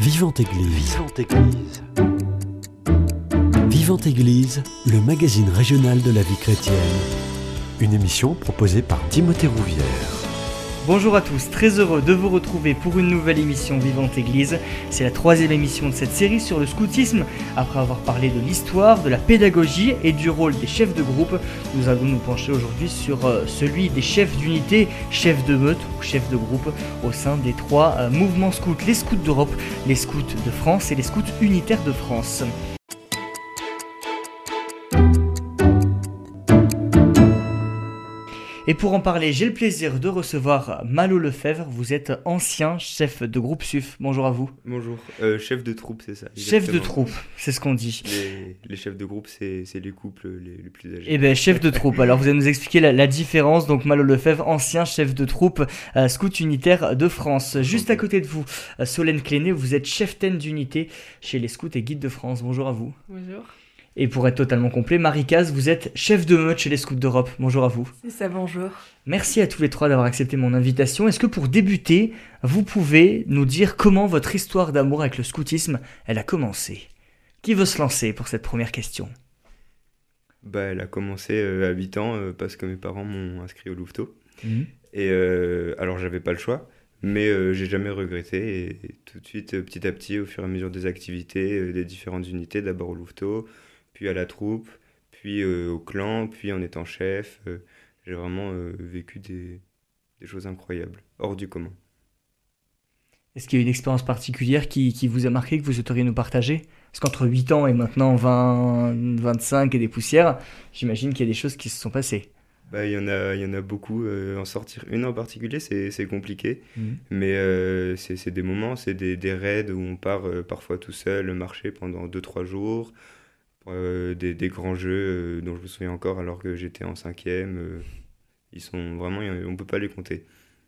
Vivante Église. Vivante Église. Vivante Église, le magazine régional de la vie chrétienne. Une émission proposée par Timothée Rouvière. Bonjour à tous, très heureux de vous retrouver pour une nouvelle émission Vivante Église. C'est la 3e émission de cette série sur le scoutisme. Après avoir parlé de l'histoire, de la pédagogie et du rôle des chefs de groupe, nous allons nous pencher aujourd'hui sur celui des chefs d'unité, chefs de meute ou chefs de groupe au sein des 3 mouvements scouts, les scouts d'Europe, les scouts de France et les scouts unitaires de France. Et pour en parler, j'ai le plaisir de recevoir Malo Lefebvre. Vous êtes ancien chef de groupe SUF. Bonjour à vous. Bonjour. Chef de troupe, c'est ça. Exactement. Chef de troupe, c'est ce qu'on dit. Les chefs de groupe, c'est les couples les plus âgés. Eh bien, chef de troupe. Alors, vous allez nous expliquer la différence. Donc, Malo Lefebvre, ancien chef de troupe, scout unitaire de France. Juste à côté de vous, Solène Cléné, vous êtes cheftaine d'unité chez les scouts et guides de France. Bonjour à vous. Bonjour. Et pour être totalement complet, Marie Caz, vous êtes chef de meute chez les Scouts d'Europe. Bonjour à vous. C'est ça, bonjour. Merci à tous les 3 d'avoir accepté mon invitation. Est-ce que pour débuter, vous pouvez nous dire comment votre histoire d'amour avec le scoutisme, elle a commencé ? Qui veut se lancer pour cette première question ? Elle a commencé à 8 ans parce que mes parents m'ont inscrit au Louveteau. Et alors, j'avais pas le choix, mais j'ai jamais regretté. Et tout de suite, petit à petit, au fur et à mesure des activités, des différentes unités, d'abord au Louveteau, puis à la troupe, puis au clan, puis en étant chef. J'ai vraiment vécu des choses incroyables, hors du commun. Est-ce qu'il y a une expérience particulière qui vous a marqué, que vous souhaiteriez nous partager ? Parce qu'entre 8 ans et maintenant 20, 25 et des poussières, j'imagine qu'il y a des choses qui se sont passées. Il y en a beaucoup. En sortir une en particulier, c'est compliqué. Mais c'est des moments, c'est des raids où on part parfois tout seul marcher pendant 2-3 jours. Des grands jeux dont je me souviens encore alors que j'étais en 5e. Ils sont vraiment, on ne peut pas les compter.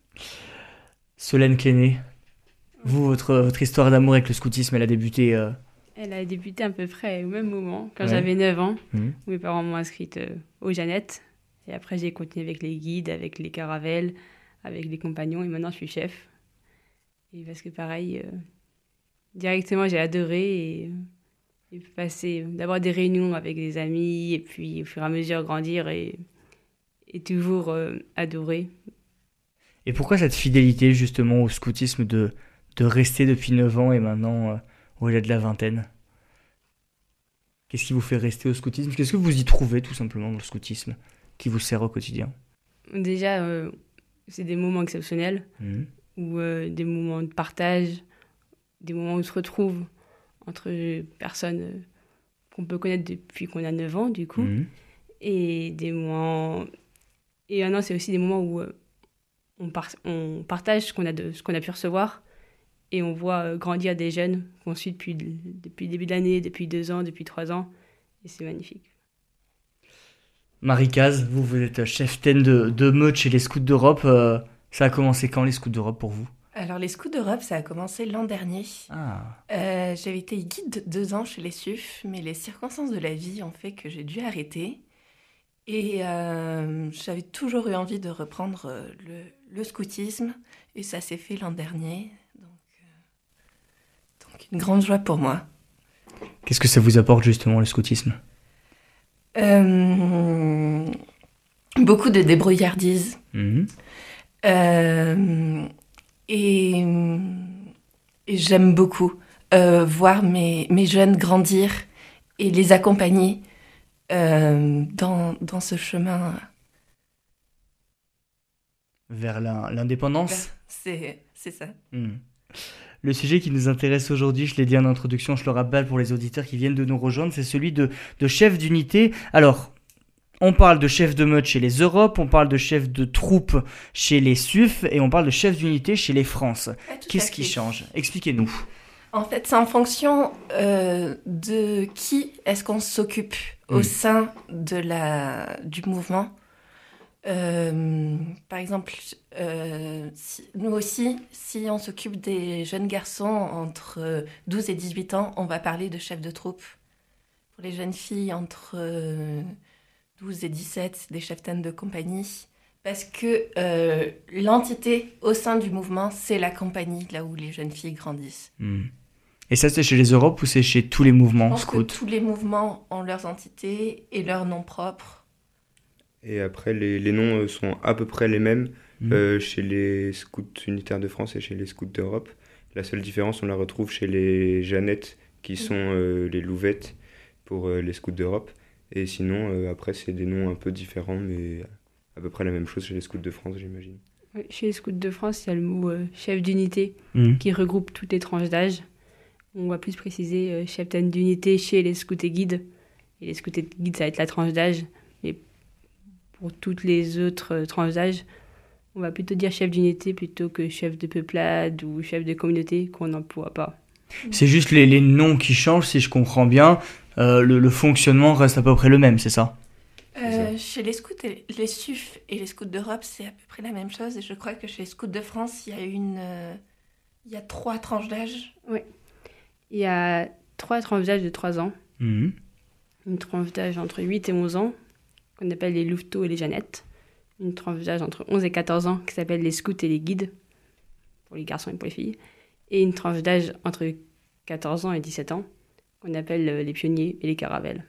Solène Cléné, vous, votre histoire d'amour avec le scoutisme, elle a débuté Elle a débuté à peu près au même moment, quand j'avais 9 ans, où mes parents m'ont inscrite aux Jeannettes. Et après, j'ai continué avec les guides, avec les caravelles, avec les compagnons, et maintenant je suis chef. Et parce que pareil, directement j'ai adoré et passer, d'avoir des réunions avec des amis, et puis au fur et à mesure grandir et toujours adorer. Et pourquoi cette fidélité justement au scoutisme de rester depuis 9 ans et maintenant au-delà de la vingtaine ? Qu'est-ce qui vous fait rester au scoutisme ? Qu'est-ce que vous y trouvez tout simplement dans le scoutisme qui vous sert au quotidien ? Déjà, c'est des moments exceptionnels, ou des moments de partage, des moments où on se retrouve entre personnes qu'on peut connaître depuis qu'on a 9 ans, du coup. Et des moments... Et maintenant, c'est aussi des moments où on partage ce qu'on a pu recevoir et on voit grandir des jeunes qu'on suit depuis le début de l'année, depuis 2 ans, depuis 3 ans. Et c'est magnifique. Marie Caz, vous êtes cheftaine de meute chez les Scouts d'Europe. Ça a commencé quand, les Scouts d'Europe, pour vous ? Alors, les Scouts d'Europe, ça a commencé l'an dernier. J'avais été guide 2 ans chez les SUF, mais les circonstances de la vie ont fait que j'ai dû arrêter. Et j'avais toujours eu envie de reprendre le scoutisme, et ça s'est fait l'an dernier. Donc une grande joie pour moi. Qu'est-ce que ça vous apporte justement, le scoutisme ? Beaucoup de débrouillardise. Et j'aime beaucoup voir mes jeunes grandir et les accompagner dans ce chemin. Vers l'indépendance ? C'est ça. Le sujet qui nous intéresse aujourd'hui, je l'ai dit en introduction, je le rappelle pour les auditeurs qui viennent de nous rejoindre, c'est celui de chef d'unité. Alors, on parle de chef de meute chez les Europes, on parle de chef de troupe chez les SUF et on parle de chef d'unité chez les France. Qu'est-ce qui change ? Expliquez-nous. En fait, c'est en fonction de qui est-ce qu'on s'occupe au sein du mouvement. Par exemple, nous aussi, si on s'occupe des jeunes garçons entre 12 et 18 ans, on va parler de chef de troupe. Pour les jeunes filles entre 12 et 17, des cheftaines de compagnie. Parce que l'entité au sein du mouvement, c'est la compagnie, là où les jeunes filles grandissent. Et ça, c'est chez les Europes ou c'est chez tous les mouvements scouts ? Je pense que tous les mouvements ont leurs entités et leurs noms propres. Et après, les noms sont à peu près les mêmes chez les scouts unitaires de France et chez les scouts d'Europe. La seule différence, on la retrouve chez les Jeannettes, qui sont les Louvettes pour les scouts d'Europe. Et sinon, après, c'est des noms un peu différents, mais à peu près la même chose chez les scouts de France, j'imagine. Oui, chez les scouts de France, il y a le mot chef d'unité qui regroupe toutes les tranches d'âge. On va plus préciser chef d'unité chez les scouts et guides. Et les scouts et guides, ça va être la tranche d'âge. Mais pour toutes les autres tranches d'âge, on va plutôt dire chef d'unité plutôt que chef de peuplade ou chef de communauté qu'on n'emploie pas. C'est juste les noms qui changent, si je comprends bien. Le fonctionnement reste à peu près le même, c'est ça ? Chez les scouts, les SUF et les scouts d'Europe, c'est à peu près la même chose. Et je crois que chez les scouts de France, il y a 3 tranches d'âge. Oui. Il y a 3 tranches d'âge de 3 ans. Une tranche d'âge entre 8 et 11 ans, qu'on appelle les louveteaux et les Jeannettes. Une tranche d'âge entre 11 et 14 ans, qui s'appelle les scouts et les guides, pour les garçons et pour les filles. Et une tranche d'âge entre 14 ans et 17 ans, qu'on appelle les pionniers et les caravelles.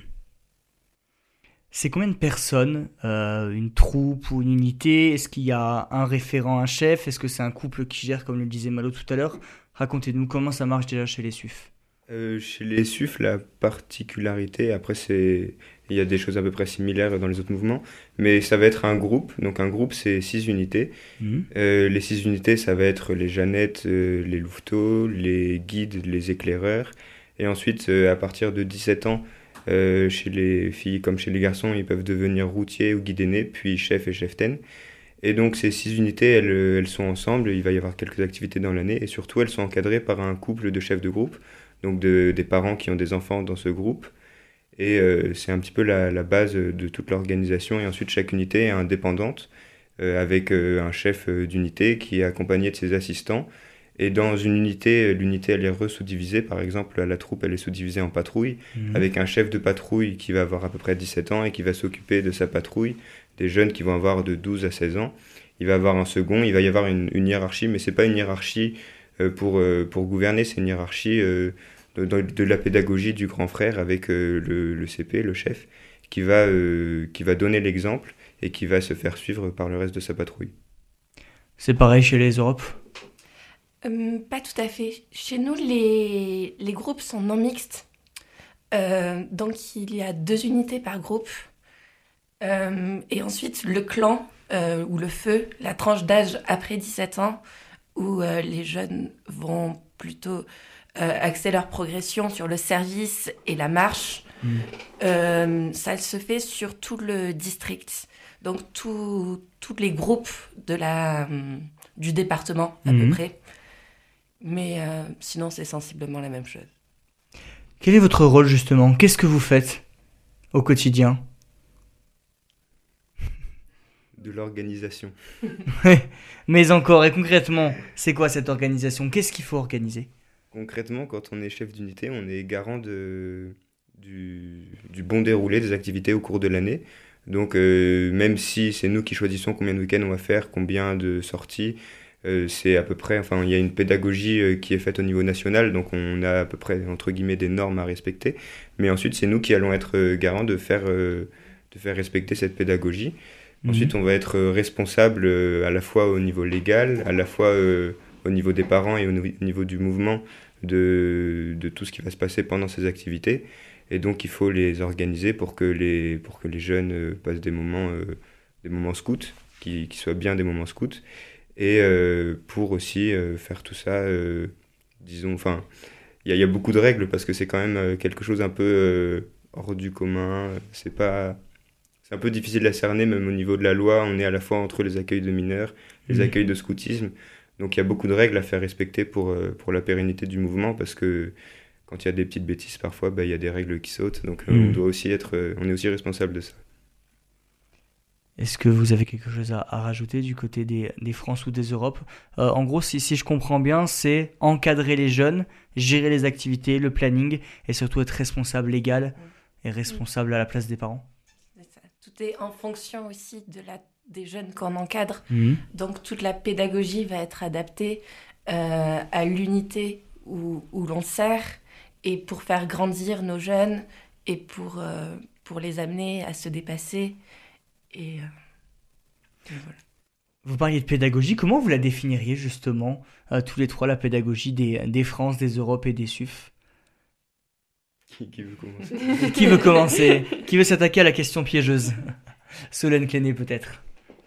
C'est combien de personnes, une troupe ou une unité ? Est-ce qu'il y a un référent, un chef ? Est-ce que c'est un couple qui gère, comme le disait Malo tout à l'heure ? Racontez-nous comment ça marche déjà chez les SUF. Chez les SUF, la particularité, après il y a des choses à peu près similaires dans les autres mouvements, mais ça va être un groupe. Donc un groupe, c'est 6 unités. Les 6 unités, ça va être les Jeannettes, les louveteaux, les guides, les éclaireurs. Et ensuite, à partir de 17 ans, chez les filles comme chez les garçons, ils peuvent devenir routiers ou guides aînés, puis chef et cheftaine. Et donc ces 6 unités, elles sont ensemble, il va y avoir quelques activités dans l'année, et surtout elles sont encadrées par un couple de chefs de groupe, donc des parents qui ont des enfants dans ce groupe. Et c'est un petit peu la base de toute l'organisation. Et ensuite chaque unité est indépendante, avec un chef d'unité qui est accompagné de ses assistants. Et dans une unité, l'unité elle est re-sous-divisée. Par exemple, la troupe elle est sous-divisée en patrouilles, avec un chef de patrouille qui va avoir à peu près 17 ans et qui va s'occuper de sa patrouille, des jeunes qui vont avoir de 12 à 16 ans. Il va avoir un second, il va y avoir une hiérarchie, mais c'est pas une hiérarchie pour gouverner, c'est une hiérarchie de la pédagogie du grand frère avec le CP, le chef, qui va donner l'exemple et qui va se faire suivre par le reste de sa patrouille. C'est pareil chez les Europes ? Pas tout à fait. Chez nous, les groupes sont non mixtes. Donc, il y a 2 unités par groupe. Et ensuite, le clan ou le feu, la tranche d'âge après 17 ans, où les jeunes vont plutôt axer leur progression sur le service et la marche. Ça se fait sur tout le district. Donc, tous les groupes du département, à peu près. Mais sinon, c'est sensiblement la même chose. Quel est votre rôle, justement ? Qu'est-ce que vous faites au quotidien ? De l'organisation. Mais encore, et concrètement, c'est quoi cette organisation ? Qu'est-ce qu'il faut organiser ? Concrètement, quand on est chef d'unité, on est garant du bon déroulé des activités au cours de l'année. Donc, même si c'est nous qui choisissons combien de week-ends on va faire, combien de sorties, c'est à peu près, enfin, il y a une pédagogie qui est faite au niveau national, donc on a à peu près, entre guillemets, des normes à respecter. Mais ensuite, c'est nous qui allons être garants de faire respecter cette pédagogie. Ensuite, on va être responsable à la fois au niveau légal, à la fois au niveau des parents et au niveau du mouvement de tout ce qui va se passer pendant ces activités. Et donc, il faut les organiser pour que les jeunes passent des moments scouts, qui soient bien des moments scouts. Et pour aussi faire tout ça, disons, enfin, il y a beaucoup de règles parce que c'est quand même quelque chose un peu hors du commun. C'est un peu difficile à cerner, même au niveau de la loi. On est à la fois entre les accueils de mineurs, les accueils de scoutisme. Donc il y a beaucoup de règles à faire respecter pour la pérennité du mouvement parce que quand il y a des petites bêtises, parfois, il y a des règles qui sautent. Donc on est aussi responsable de ça. Est-ce que vous avez quelque chose à rajouter du côté des France ou des Europes ? En gros, si je comprends bien, c'est encadrer les jeunes, gérer les activités, le planning, et surtout être responsable légal et responsable à la place des parents. C'est ça. Tout est en fonction aussi des jeunes qu'on encadre. Donc toute la pédagogie va être adaptée à l'unité où l'on sert, et pour faire grandir nos jeunes, et pour les amener à se dépasser. Et voilà. Vous parliez de pédagogie, comment vous la définiriez justement, tous les trois, la pédagogie des France, des Europes et des SUF? Qui veut commencer? Qui veut commencer? Qui veut s'attaquer à la question piégeuse? Solène Cléné peut-être.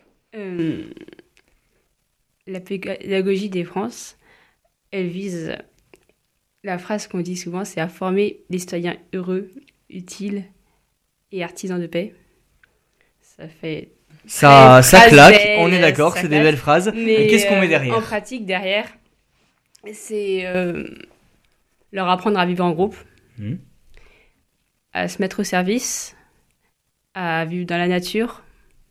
La pédagogie des France, elle vise, la phrase qu'on dit souvent, c'est à former des citoyens heureux, utiles et artisans de paix. Ça fait... Ça claque, on est d'accord, c'est des belles phrases. Mais qu'est-ce qu'on met derrière? En pratique, derrière, c'est leur apprendre à vivre en groupe, à se mettre au service, à vivre dans la nature.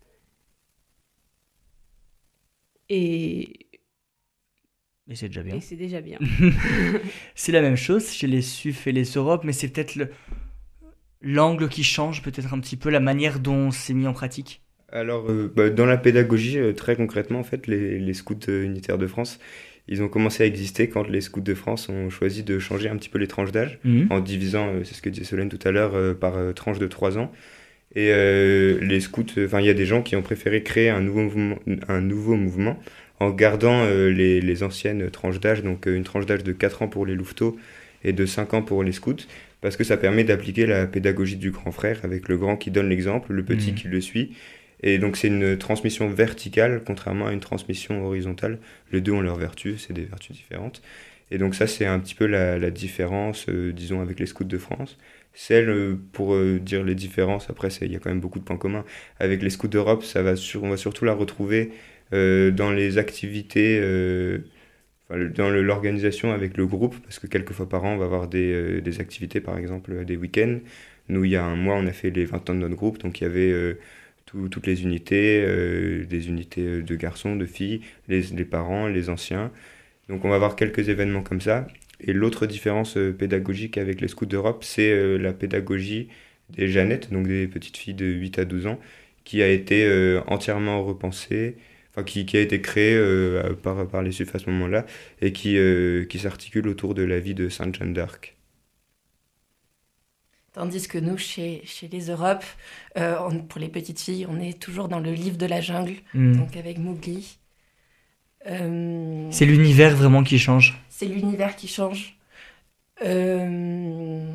Et c'est déjà bien. Et c'est déjà bien. C'est la même chose chez les SUF et les Europes, mais c'est peut-être l'angle qui change, peut-être un petit peu la manière dont c'est mis en pratique. Alors, dans la pédagogie, très concrètement, en fait, les scouts unitaires de France, ils ont commencé à exister quand les scouts de France ont choisi de changer un petit peu les tranches d'âge, en divisant, c'est ce que disait Solène tout à l'heure, par tranche de 3 ans. Et les scouts, il y a des gens qui ont préféré créer un nouveau mouvement en gardant les anciennes tranches d'âge, donc une tranche d'âge de 4 ans pour les louveteaux et de 5 ans pour les scouts, parce que ça permet d'appliquer la pédagogie du grand frère, avec le grand qui donne l'exemple, le petit qui le suit. Et donc c'est une transmission verticale, contrairement à une transmission horizontale. Les deux ont leurs vertus, c'est des vertus différentes. Et donc ça, c'est un petit peu la différence, disons, avec les scouts de France. Celle, pour dire les différences, après, il y a quand même beaucoup de points communs. Avec les scouts d'Europe, on va surtout la retrouver dans les activités, dans l'organisation avec le groupe, parce que quelques fois par an, on va avoir des activités, par exemple, des week-ends. Nous, il y a un mois, on a fait les 20 ans de notre groupe, donc il y avait toutes les unités, des unités de garçons, de filles, les parents, les anciens. Donc on va avoir quelques événements comme ça. Et l'autre différence pédagogique avec les scouts d'Europe, c'est la pédagogie des Jeannettes, donc des petites filles de 8 à 12 ans, qui a été entièrement repensée, qui a été créée par les SUF à ce moment-là, et qui s'articule autour de la vie de Sainte Jeanne d'Arc. Tandis que nous, chez les Europes, pour les petites filles, on est toujours dans le livre de la jungle, donc avec Mowgli. C'est l'univers vraiment qui change. C'est l'univers qui change. On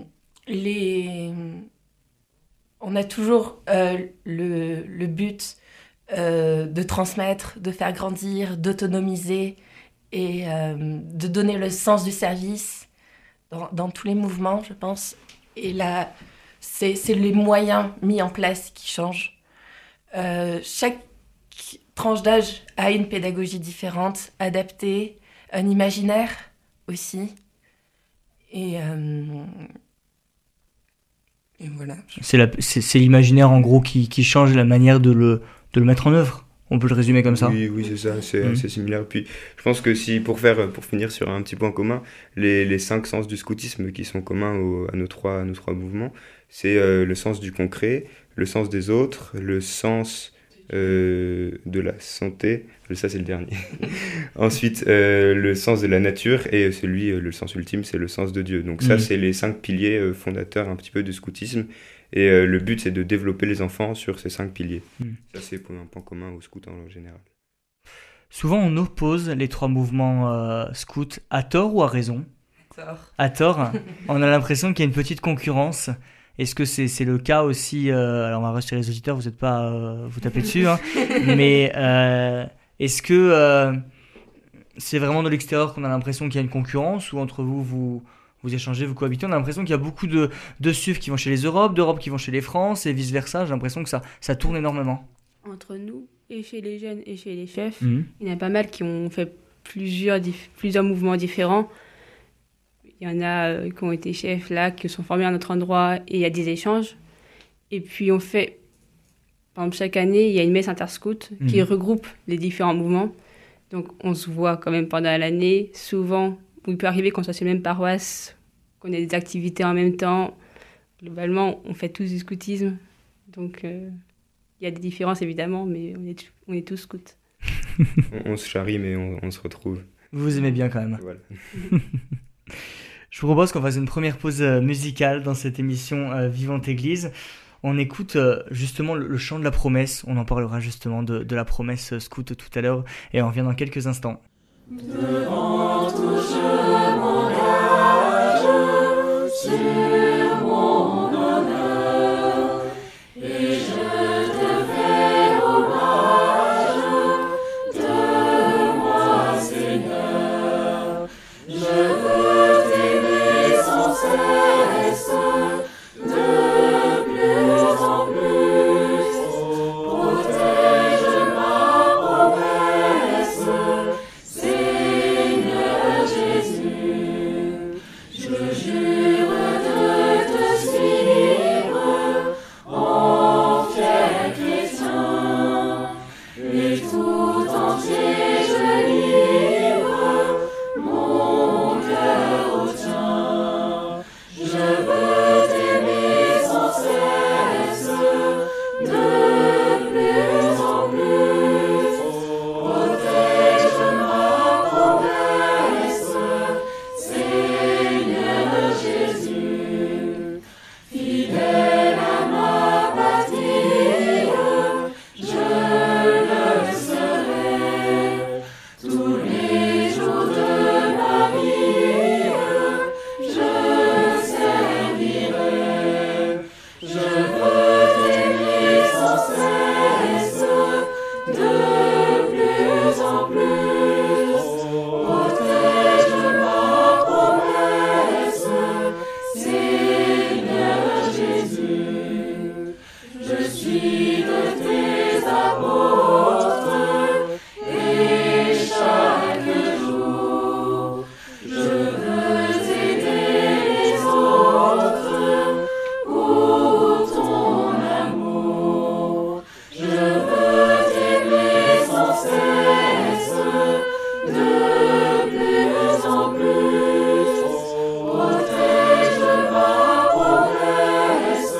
a toujours le but de transmettre, de faire grandir, d'autonomiser et de donner le sens du service dans tous les mouvements, je pense. Et là, c'est les moyens mis en place qui changent. Chaque tranche d'âge a une pédagogie différente, adaptée, un imaginaire aussi. Et voilà. C'est l'imaginaire en gros qui change la manière de le mettre en œuvre. On peut le résumer comme ça. Oui, c'est ça, c'est assez similaire. Puis je pense que pour finir sur un petit point commun, les 5 sens du scoutisme qui sont communs à nos trois mouvements, c'est le sens du concret, le sens des autres, le sens de la santé, ça c'est le dernier. Ensuite, le sens de la nature et le sens ultime, c'est le sens de Dieu. Donc ça, c'est les 5 piliers fondateurs un petit peu du scoutisme. Et le but, c'est de développer les enfants sur ces 5 piliers. Ça, c'est un point commun aux scouts en général. Souvent, on oppose les 3 mouvements scouts à tort ou à raison ? À tort. On a l'impression qu'il y a une petite concurrence. Est-ce que c'est le cas aussi alors, on va rassurer les auditeurs, vous n'êtes pas vous tapez dessus. Hein, mais est-ce que c'est vraiment de l'extérieur qu'on a l'impression qu'il y a une concurrence ou entre vous échangez, vous cohabitez? On a l'impression qu'il y a beaucoup de SUF qui vont chez les Europes, d'Europe qui vont chez les France et vice-versa. J'ai l'impression que ça tourne énormément. Entre nous, et chez les jeunes et chez les chefs, il y en a pas mal qui ont fait plusieurs mouvements différents. Il y en a qui ont été chefs là, qui sont formés à notre endroit et il y a des échanges. Et puis on fait, par exemple, chaque année, il y a une messe interscout qui regroupe les différents mouvements. Donc on se voit quand même pendant l'année, souvent. Où il peut arriver qu'on soit sur la même paroisse, qu'on ait des activités en même temps. Globalement, on fait tous du scoutisme. Donc, il y a des différences, évidemment, mais on est tous scouts. On se charrie, mais on se retrouve. Vous vous aimez bien quand même. Voilà. Je vous propose qu'on fasse une première pause musicale dans cette émission Vivante Église. On écoute justement le chant de la promesse. On en parlera justement de la promesse scout tout à l'heure et on revient dans quelques instants. Devant tout je m'engage sur mon honneur et je te fais hommage de moi, Seigneur. Je veux t'aimer sans cesse, de plus en plus. Protège ma promesse, Seigneur Jésus. Je jure de te suivre en fier chrétien, et tout entier je livre mon cœur au tien. Je veux t'aimer sans cesse, de plus en plus. Protège ma promesse, Seigneur Jésus. Fidèle à ma patrie, je le serai. Tous les jours de ma vie, je servirai. Je veux t'aimer sans cesse, de plus en plus. Protège ma promesse, Seigneur Jésus. Je suis de tes apôtres, et chaque jour, je veux aider les autres pour ton amour. Je veux t'aimer sans cesse, de plus en plus. Protège ma promesse,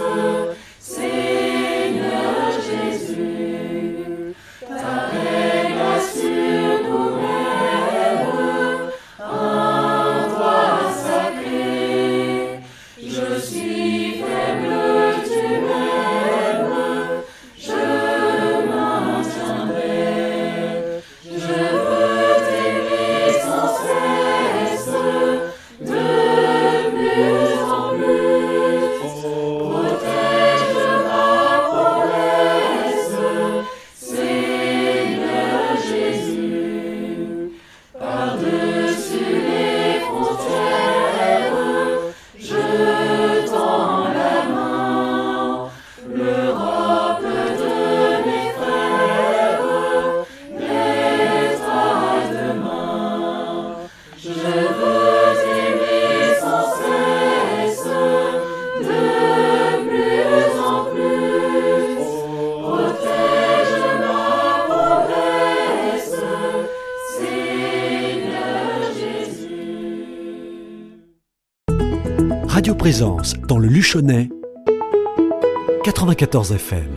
Seigneur Jésus. Ta règle assure nous règne, un droit sacré. Je suis faible, tu m'aimes, je maintiendrai. Je veux t'aimer sans cesse, de plus en plus. Protège ma promesse, Seigneur Jésus. Par-dessus les frontières, je tends la main. L'Europe de mes frères naîtra demain. Je veux t'aimer sans cesse, de plus en plus. Protège ma promesse, Seigneur Jésus. Radio Présence dans le Luchonnais, 94 FM.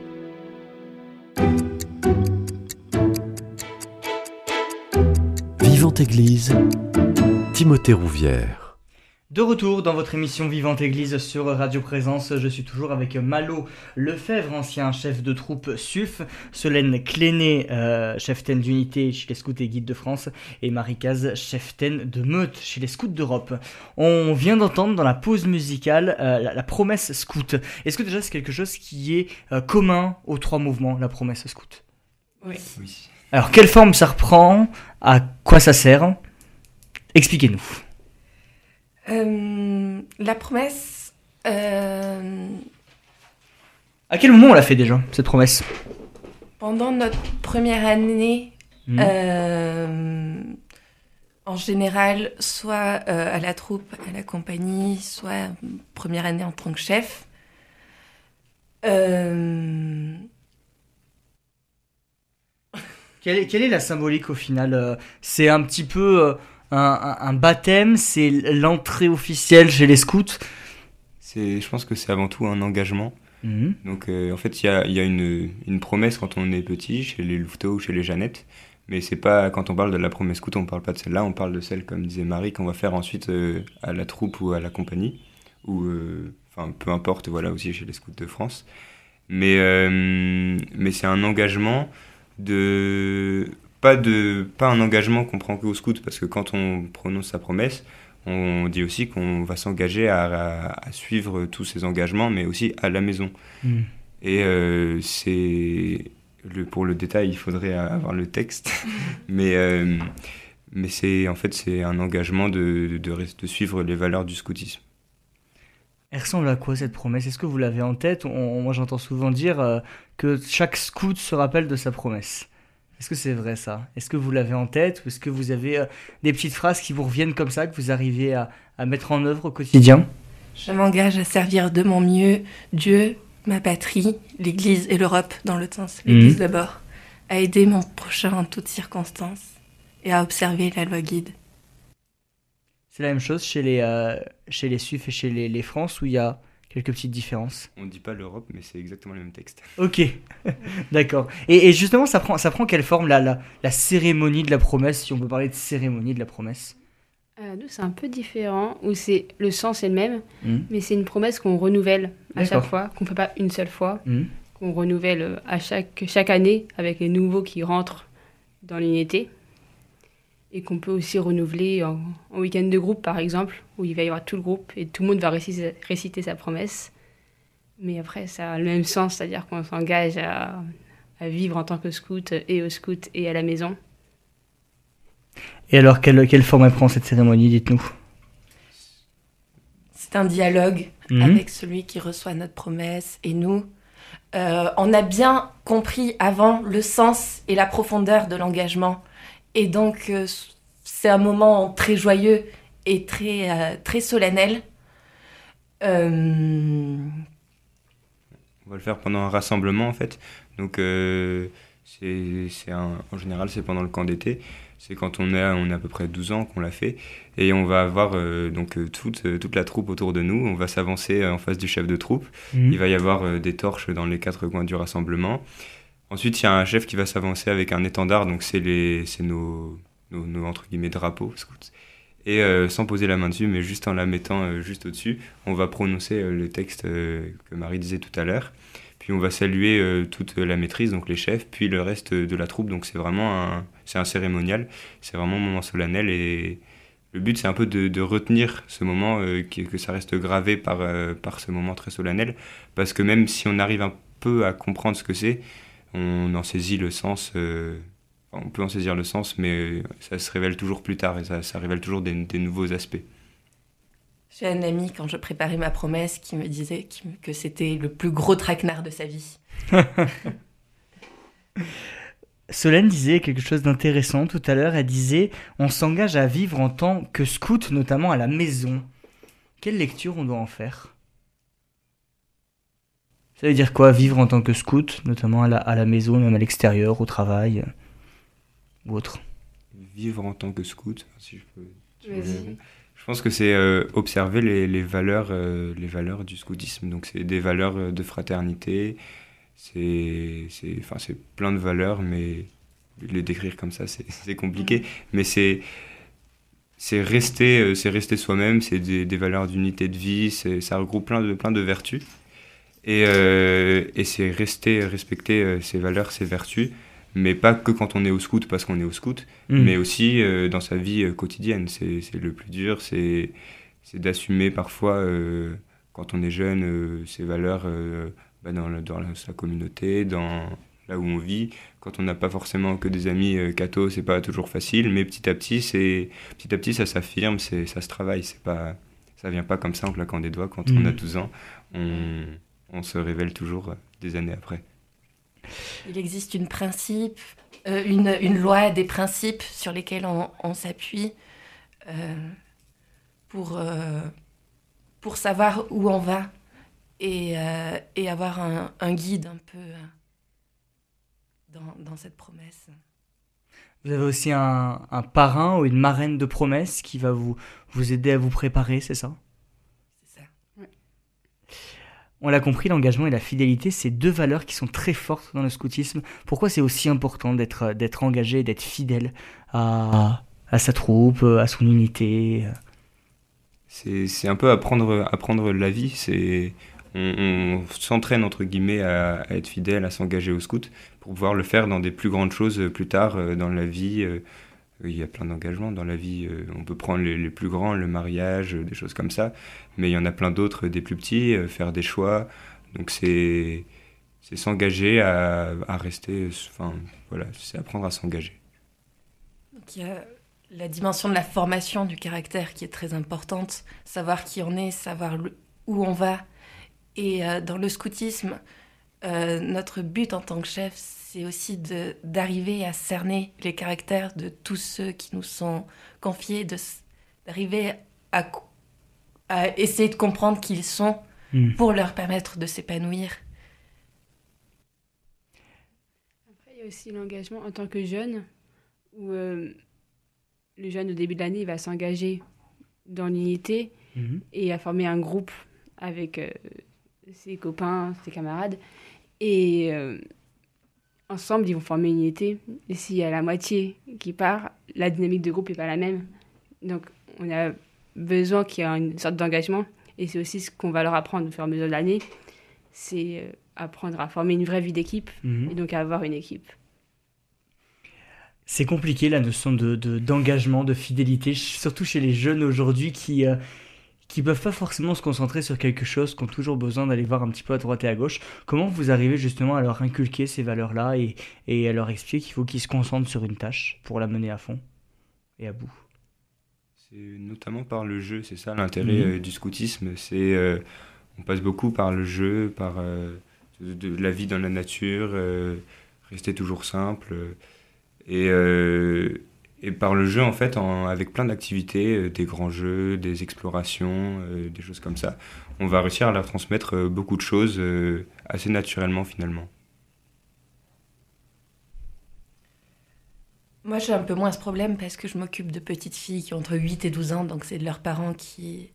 Vivante Église, Timothée Rouvière. De retour dans votre émission Vivante Église sur Radio Présence, je suis toujours avec Malo Lefebvre, ancien chef de troupe SUF, Solène Cléné, chef-taine d'unité chez les Scouts et Guides de France, et Marie-Caz, chef-taine de meute chez les Scouts d'Europe. On vient d'entendre dans la pause musicale la promesse scout. Est-ce que déjà c'est quelque chose qui est commun aux trois mouvements, la promesse scout ? Oui. Alors quelle forme ça reprend ? À quoi ça sert ? Expliquez-nous. La promesse... À quel moment on l'a fait déjà, cette promesse ? Pendant notre première année, en général, soit à la troupe, à la compagnie, soit première année en tant que chef. Quelle est la symbolique au final ? C'est un petit peu un baptême, c'est l'entrée officielle chez les scouts ? Je pense que c'est avant tout un engagement. Donc en fait, il y a une promesse quand on est petit, chez les louveteaux ou chez les Jeannettes, Mais c'est pas, quand on parle de la promesse scout, on parle pas de celle-là, on parle de celle, comme disait Marie, qu'on va faire ensuite à la troupe ou à la compagnie, ou peu importe, voilà, aussi chez les scouts de France. Mais c'est un engagement pas un engagement qu'on prend qu'au scout, parce que quand on prononce sa promesse, on dit aussi qu'on va s'engager à suivre tous ces engagements, mais aussi à la maison. Et pour le détail, il faudrait avoir le texte, mais c'est un engagement de suivre les valeurs du scoutisme. Elle ressemble à quoi cette promesse ? Est-ce que vous l'avez en tête ? Moi j'entends souvent dire que chaque scout se rappelle de sa promesse. Est-ce que c'est vrai ça ? Est-ce que vous l'avez en tête ? Ou est-ce que vous avez des petites phrases qui vous reviennent comme ça, que vous arrivez à mettre en œuvre au quotidien ? Je m'engage à servir de mon mieux Dieu, ma patrie, l'Église et l'Europe, dans le sens l'Église d'abord, à aider mon prochain en toutes circonstances et à observer la loi guide. C'est la même chose chez les Suifs et chez les France, où il y a quelques petites différences. On ne dit pas l'Europe, mais c'est exactement le même texte. Ok, d'accord. Et justement, ça prend quelle forme la cérémonie de la promesse, si on peut parler de cérémonie de la promesse ? Nous, c'est un peu différent, où le sens est le même, mais c'est une promesse qu'on renouvelle à chaque fois, qu'on ne fait pas une seule fois, qu'on renouvelle à chaque année avec les nouveaux qui rentrent dans l'unité, et qu'on peut aussi renouveler en week-end de groupe, par exemple, où il va y avoir tout le groupe, et tout le monde va réciter sa promesse. Mais après, ça a le même sens, c'est-à-dire qu'on s'engage à vivre en tant que scout, et au scout, et à la maison. Et alors, quelle forme elle prend cette cérémonie, dites-nous ? C'est un dialogue avec celui qui reçoit notre promesse et nous. On a bien compris avant le sens et la profondeur de l'engagement. Et donc, c'est un moment très joyeux et très solennel. On va le faire pendant un rassemblement, en fait. Donc, en général, c'est pendant le camp d'été. C'est quand on a à peu près 12 ans qu'on l'a fait. Et on va avoir toute la troupe autour de nous. On va s'avancer en face du chef de troupe. Il va y avoir des torches dans les 4 coins du rassemblement. Ensuite, il y a un chef qui va s'avancer avec un étendard. Donc, c'est nos entre guillemets, drapeaux scouts. Et sans poser la main dessus, mais juste en la mettant juste au-dessus, on va prononcer le texte que Marie disait tout à l'heure. Puis on va saluer toute la maîtrise, donc les chefs, puis le reste de la troupe. Donc c'est vraiment un cérémonial, c'est vraiment un moment solennel. Et le but, c'est un peu de retenir ce moment, que ça reste gravé par ce moment très solennel. Parce que même si on arrive un peu à comprendre ce que c'est, on en saisit le sens. On peut en saisir le sens, mais ça se révèle toujours plus tard et ça révèle toujours des nouveaux aspects. J'ai un ami, quand je préparais ma promesse, qui me disait que c'était le plus gros traquenard de sa vie. Solène disait quelque chose d'intéressant tout à l'heure. Elle disait « On s'engage à vivre en tant que scout, notamment à la maison ». Quelle lecture on doit en faire ? Ça veut dire quoi, vivre en tant que scout, notamment à la maison, même à l'extérieur, au travail ou autre ? Vivre en tant que scout, si je peux... Vas-y. Je pense que c'est observer les valeurs du scoutisme. Donc c'est des valeurs de fraternité, c'est plein de valeurs, mais les décrire comme ça, c'est compliqué. Mais c'est rester soi-même, c'est des valeurs d'unité de vie, ça regroupe plein de vertus. Et c'est respecter ces valeurs, ces vertus, mais pas que quand on est au scout parce qu'on est au scout, mais aussi dans sa vie quotidienne. C'est le plus dur, c'est d'assumer parfois, quand on est jeune, ces valeurs dans sa communauté, là où on vit. Quand on n'a pas forcément que des amis cathos, c'est pas toujours facile, mais petit à petit ça s'affirme, ça se travaille. Ça vient pas comme ça en claquant des doigts. Quand on a 12 ans, on se révèle toujours des années après. Il existe une loi, des principes sur lesquels on s'appuie pour savoir où on va et avoir un guide un peu dans cette promesse. Vous avez aussi un parrain ou une marraine de promesse qui va vous aider à vous préparer, c'est ça ? C'est ça. On l'a compris, l'engagement et la fidélité, c'est 2 valeurs qui sont très fortes dans le scoutisme. Pourquoi c'est aussi important d'être engagé, d'être fidèle à sa troupe, à son unité? C'est un peu apprendre la vie. On s'entraîne entre guillemets à être fidèle, à s'engager au scout pour pouvoir le faire dans des plus grandes choses plus tard dans la vie. Il y a plein d'engagements dans la vie. On peut prendre les plus grands, le mariage, des choses comme ça. Mais il y en a plein d'autres, des plus petits, faire des choix. Donc c'est s'engager à rester... Enfin, voilà, c'est apprendre à s'engager. Donc il y a la dimension de la formation du caractère qui est très importante. Savoir qui on est, savoir où on va. Et dans le scoutisme, notre but en tant que chef, c'est aussi d'arriver à cerner les caractères de tous ceux qui nous sont confiés, d'arriver à essayer de comprendre qui ils sont pour leur permettre de s'épanouir. Après, il y a aussi l'engagement en tant que jeune, où le jeune, au début de l'année, il va s'engager dans l'unité et à former un groupe avec ses copains, ses camarades. Et ensemble, ils vont former une unité. Et s'il y a la moitié qui part, la dynamique de groupe n'est pas la même. Donc, on a besoin qu'il y ait une sorte d'engagement. Et c'est aussi ce qu'on va leur apprendre au fur et à mesure de l'année. C'est apprendre à former une vraie vie d'équipe et donc à avoir une équipe. C'est compliqué la notion d'engagement, de fidélité, surtout chez les jeunes aujourd'hui qui peuvent pas forcément se concentrer sur quelque chose, qui ont toujours besoin d'aller voir un petit peu à droite et à gauche. Comment vous arrivez justement à leur inculquer ces valeurs-là et à leur expliquer qu'il faut qu'ils se concentrent sur une tâche pour la mener à fond et à bout? C'est notamment par le jeu, c'est ça l'intérêt du scoutisme. On passe beaucoup par le jeu, par de la vie dans la nature, rester toujours simple. Et par le jeu, en fait, avec plein d'activités, des grands jeux, des explorations, des choses comme ça, on va réussir à leur transmettre beaucoup de choses assez naturellement, finalement. Moi, j'ai un peu moins ce problème parce que je m'occupe de petites filles qui ont entre 8 et 12 ans, donc c'est de leurs parents qui...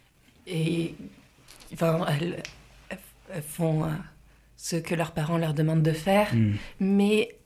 Enfin, elles font... ce que leurs parents leur demandent de faire, mais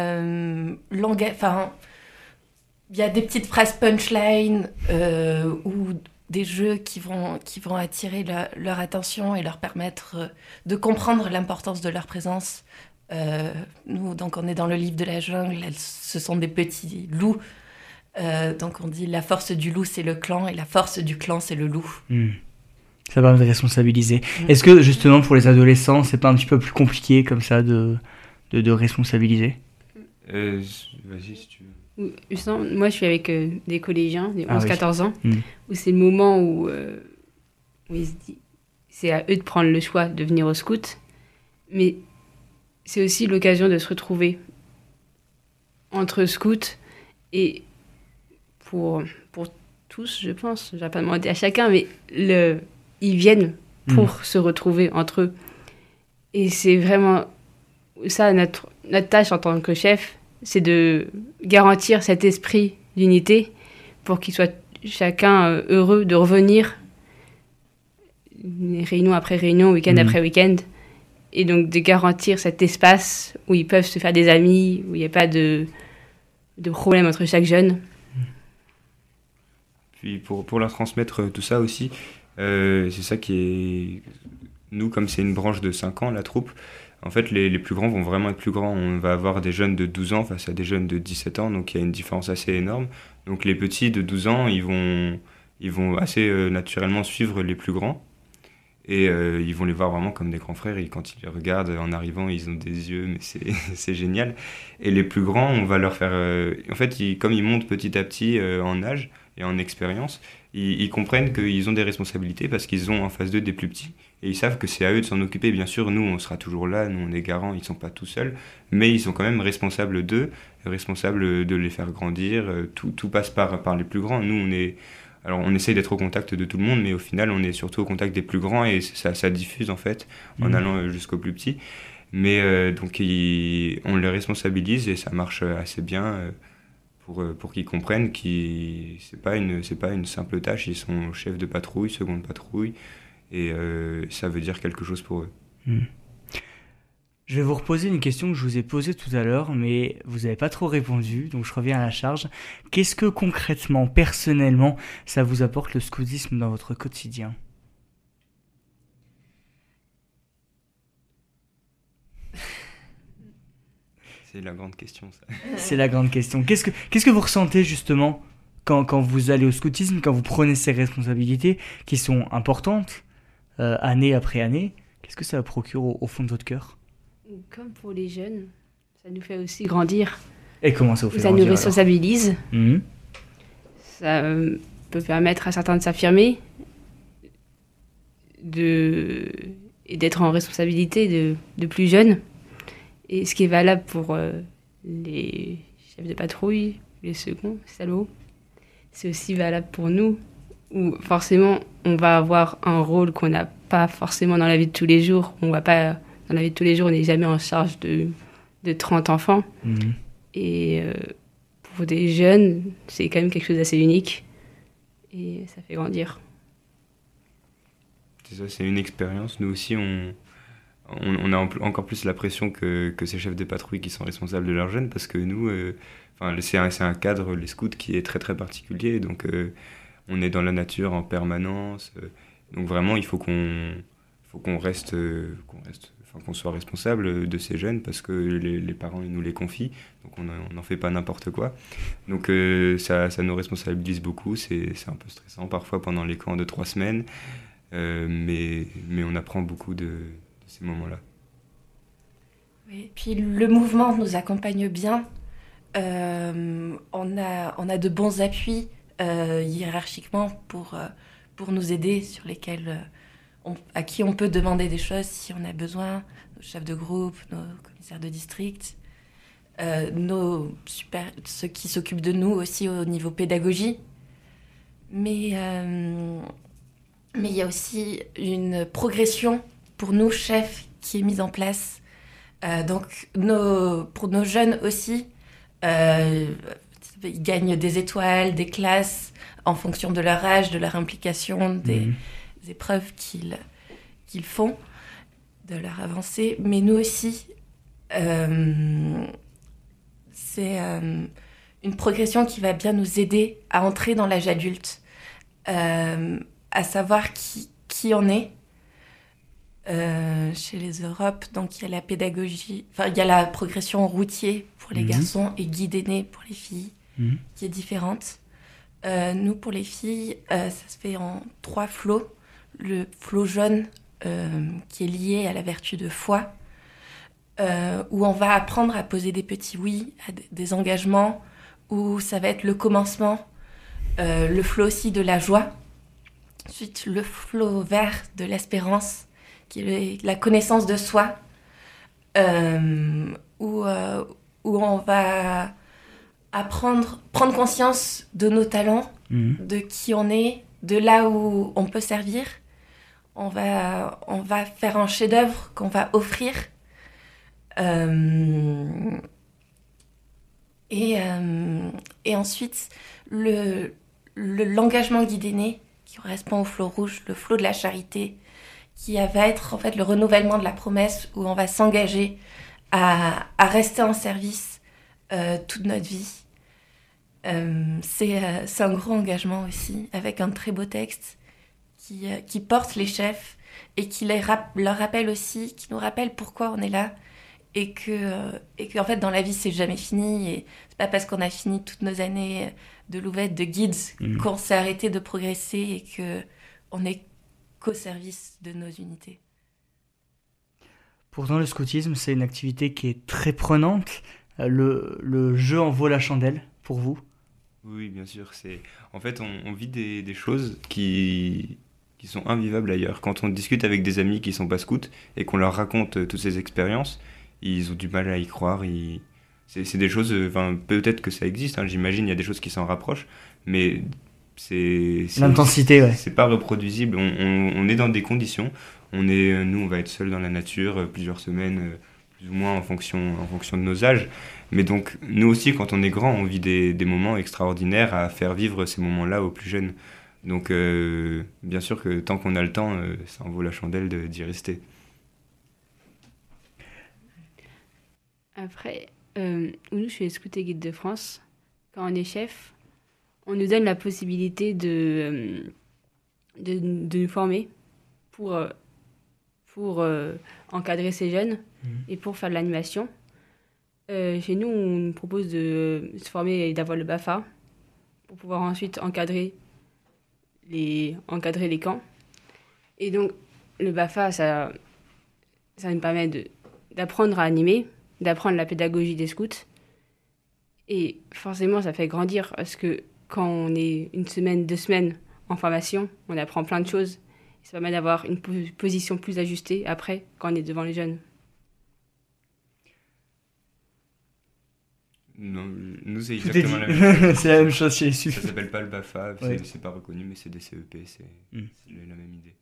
il y a des petites phrases punchline ou des jeux qui vont attirer leur attention et leur permettre de comprendre l'importance de leur présence. Nous, donc, on est dans le livre de la jungle, ce sont des petits loups. Donc, on dit la force du loup, c'est le clan, et la force du clan, c'est le loup. Ça permet de responsabiliser. Est-ce que, justement, pour les adolescents, c'est pas un petit peu plus compliqué, comme ça, de responsabiliser? Vas-y, si tu veux. Moi, je suis avec des collégiens, des 11-14 ans, où c'est le moment où il se dit, c'est à eux de prendre le choix de venir au scout, mais c'est aussi l'occasion de se retrouver entre scouts, et pour tous, je pense, je vais pas demander à chacun, mais ils viennent pour se retrouver entre eux. Et c'est vraiment ça, notre tâche en tant que chef, c'est de garantir cet esprit d'unité pour qu'ils soient chacun heureux de revenir réunion après réunion, week-end après week-end, et donc de garantir cet espace où ils peuvent se faire des amis, où il n'y a pas de problème entre chaque jeune. Puis pour leur transmettre tout ça aussi, c'est ça qui est... Nous, comme c'est une branche de 5 ans, la troupe, en fait, les plus grands vont vraiment être plus grands. On va avoir des jeunes de 12 ans face à des jeunes de 17 ans, donc il y a une différence assez énorme. Donc les petits de 12 ans, ils vont assez naturellement suivre les plus grands. Et ils vont les voir vraiment comme des grands frères. Et quand ils les regardent en arrivant, ils ont des yeux, mais c'est génial. Et les plus grands, on va leur faire... en fait, comme ils montent petit à petit en âge et en expérience, ils comprennent qu'ils ont des responsabilités parce qu'ils ont en face d'eux des plus petits. Et ils savent que c'est à eux de s'en occuper. Bien sûr, nous, on sera toujours là, nous, on est garants, ils ne sont pas tout seuls. Mais ils sont quand même responsables d'eux, responsables de les faire grandir. Tout passe par les plus grands. Nous, on essaye d'être au contact de tout le monde, mais au final, on est surtout au contact des plus grands et ça diffuse, en fait, en allant jusqu'aux plus petits. Mais donc, on les responsabilise et ça marche assez bien pour qu'ils comprennent que c'est pas une simple tâche. Ils sont chefs de patrouille, seconde patrouille, et ça veut dire quelque chose pour eux. Je vais vous reposer une question que je vous ai posée tout à l'heure, mais vous n'avez pas trop répondu, donc je reviens à la charge. Qu'est-ce que concrètement, personnellement, ça vous apporte le scoutisme dans votre quotidien ? C'est la grande question, ça. C'est la grande question. Qu'est-ce que vous ressentez justement quand vous allez au scoutisme, quand vous prenez ces responsabilités qui sont importantes, année après année ? Qu'est-ce que ça procure au fond de votre cœur ? Comme pour les jeunes, ça nous fait aussi grandir. Et comment ça vous fait ça grandir ? Ça nous responsabilise. Ça peut permettre à certains de s'affirmer et d'être en responsabilité de plus jeunes. Et ce qui est valable pour les chefs de patrouille, les seconds, salauds, c'est aussi valable pour nous, où forcément on va avoir un rôle qu'on n'a pas forcément dans la vie de tous les jours. On va pas, dans la vie de tous les jours, on n'est jamais en charge de 30 enfants. Et pour des jeunes, c'est quand même quelque chose d'assez unique. Et ça fait grandir. C'est ça, c'est une expérience. Nous aussi, on a encore plus la pression que ces chefs de patrouille qui sont responsables de leurs jeunes, parce que nous, c'est un cadre, les scouts, qui est très très particulier. Donc on est dans la nature en permanence. Donc vraiment, il faut qu'on soit responsable de ces jeunes, parce que les parents ils nous les confient, donc on n'en fait pas n'importe quoi. Donc ça nous responsabilise beaucoup, c'est un peu stressant parfois pendant les camps de 3 semaines, mais on apprend beaucoup de ces moments-là. Oui, puis le mouvement nous accompagne bien, on a de bons appuis hiérarchiquement pour nous aider, sur lesquels à qui on peut demander des choses si on a besoin, nos chefs de groupe, nos commissaires de district, ceux qui s'occupent de nous aussi au niveau pédagogie. Mais il y a aussi une progression pour nous, chefs, qui est mise en place. Donc pour nos jeunes aussi, ils gagnent des étoiles, des classes, en fonction de leur âge, de leur implication, des épreuves qu'ils font, de leur avancée. Mais nous aussi, c'est une progression qui va bien nous aider à entrer dans l'âge adulte, à savoir qui on est. Chez les Europes, donc il y a la pédagogie, il y a la progression routier pour les garçons et guide aîné pour les filles, qui est différente. Nous, pour les filles, ça se fait en 3 flots. Le flot jaune, qui est lié à la vertu de foi, où on va apprendre à poser des petits oui, à des engagements, où ça va être le commencement, le flot aussi de la joie. Ensuite, le flot vert de l'espérance, qui est la connaissance de soi, où on va prendre conscience de nos talents, de qui on est, de là où on peut servir. On va faire un chef-d'œuvre qu'on va offrir. Et ensuite, l'engagement guide aîné, qui correspond au flot rouge, le flot de la charité, qui va être en fait le renouvellement de la promesse, où on va s'engager à rester en service toute notre vie. C'est un gros engagement aussi, avec un très beau texte qui porte les chefs et qui leur rappelle aussi, qui nous rappelle pourquoi on est là, et que en fait dans la vie c'est jamais fini, et c'est pas parce qu'on a fini toutes nos années de louvettes, de guides, qu'on s'est arrêté de progresser et que on est qu'au service de nos unités. Pourtant, le scoutisme, c'est une activité qui est très prenante. Le jeu en vaut la chandelle pour vous ? Oui, bien sûr. En fait, on vit des choses qui sont invivables ailleurs. Quand on discute avec des amis qui ne sont pas scouts et qu'on leur raconte toutes ces expériences, ils ont du mal à y croire. C'est des choses... peut-être que ça existe, hein, j'imagine, il y a des choses qui s'en rapprochent, mais... l'intensité, ouais. C'est pas reproduisible. On est dans des conditions. Nous, on va être seuls dans la nature plusieurs semaines, plus ou moins en fonction de nos âges. Mais donc, nous aussi, quand on est grand, on vit des moments extraordinaires à faire vivre ces moments-là aux plus jeunes. Donc, bien sûr que tant qu'on a le temps, ça en vaut la chandelle d'y rester. Après, nous, chez les Scouts et Guides de France, quand on est chef, on nous donne la possibilité de nous former pour encadrer ces jeunes et pour faire de l'animation. Chez nous, on nous propose de se former et d'avoir le BAFA pour pouvoir ensuite encadrer les camps. Et donc, le BAFA, ça nous permet d'apprendre à animer, d'apprendre la pédagogie des scouts. Et forcément, ça fait grandir parce que quand on est 1 semaine, 2 semaines en formation, on apprend plein de choses. Ça permet d'avoir une position plus ajustée après, quand on est devant les jeunes. Non, nous, c'est exactement la même chose. C'est la même chose chez les SUF. Ça s'appelle pas le BAFA, c'est pas reconnu, mais c'est des CEP, c'est la même idée.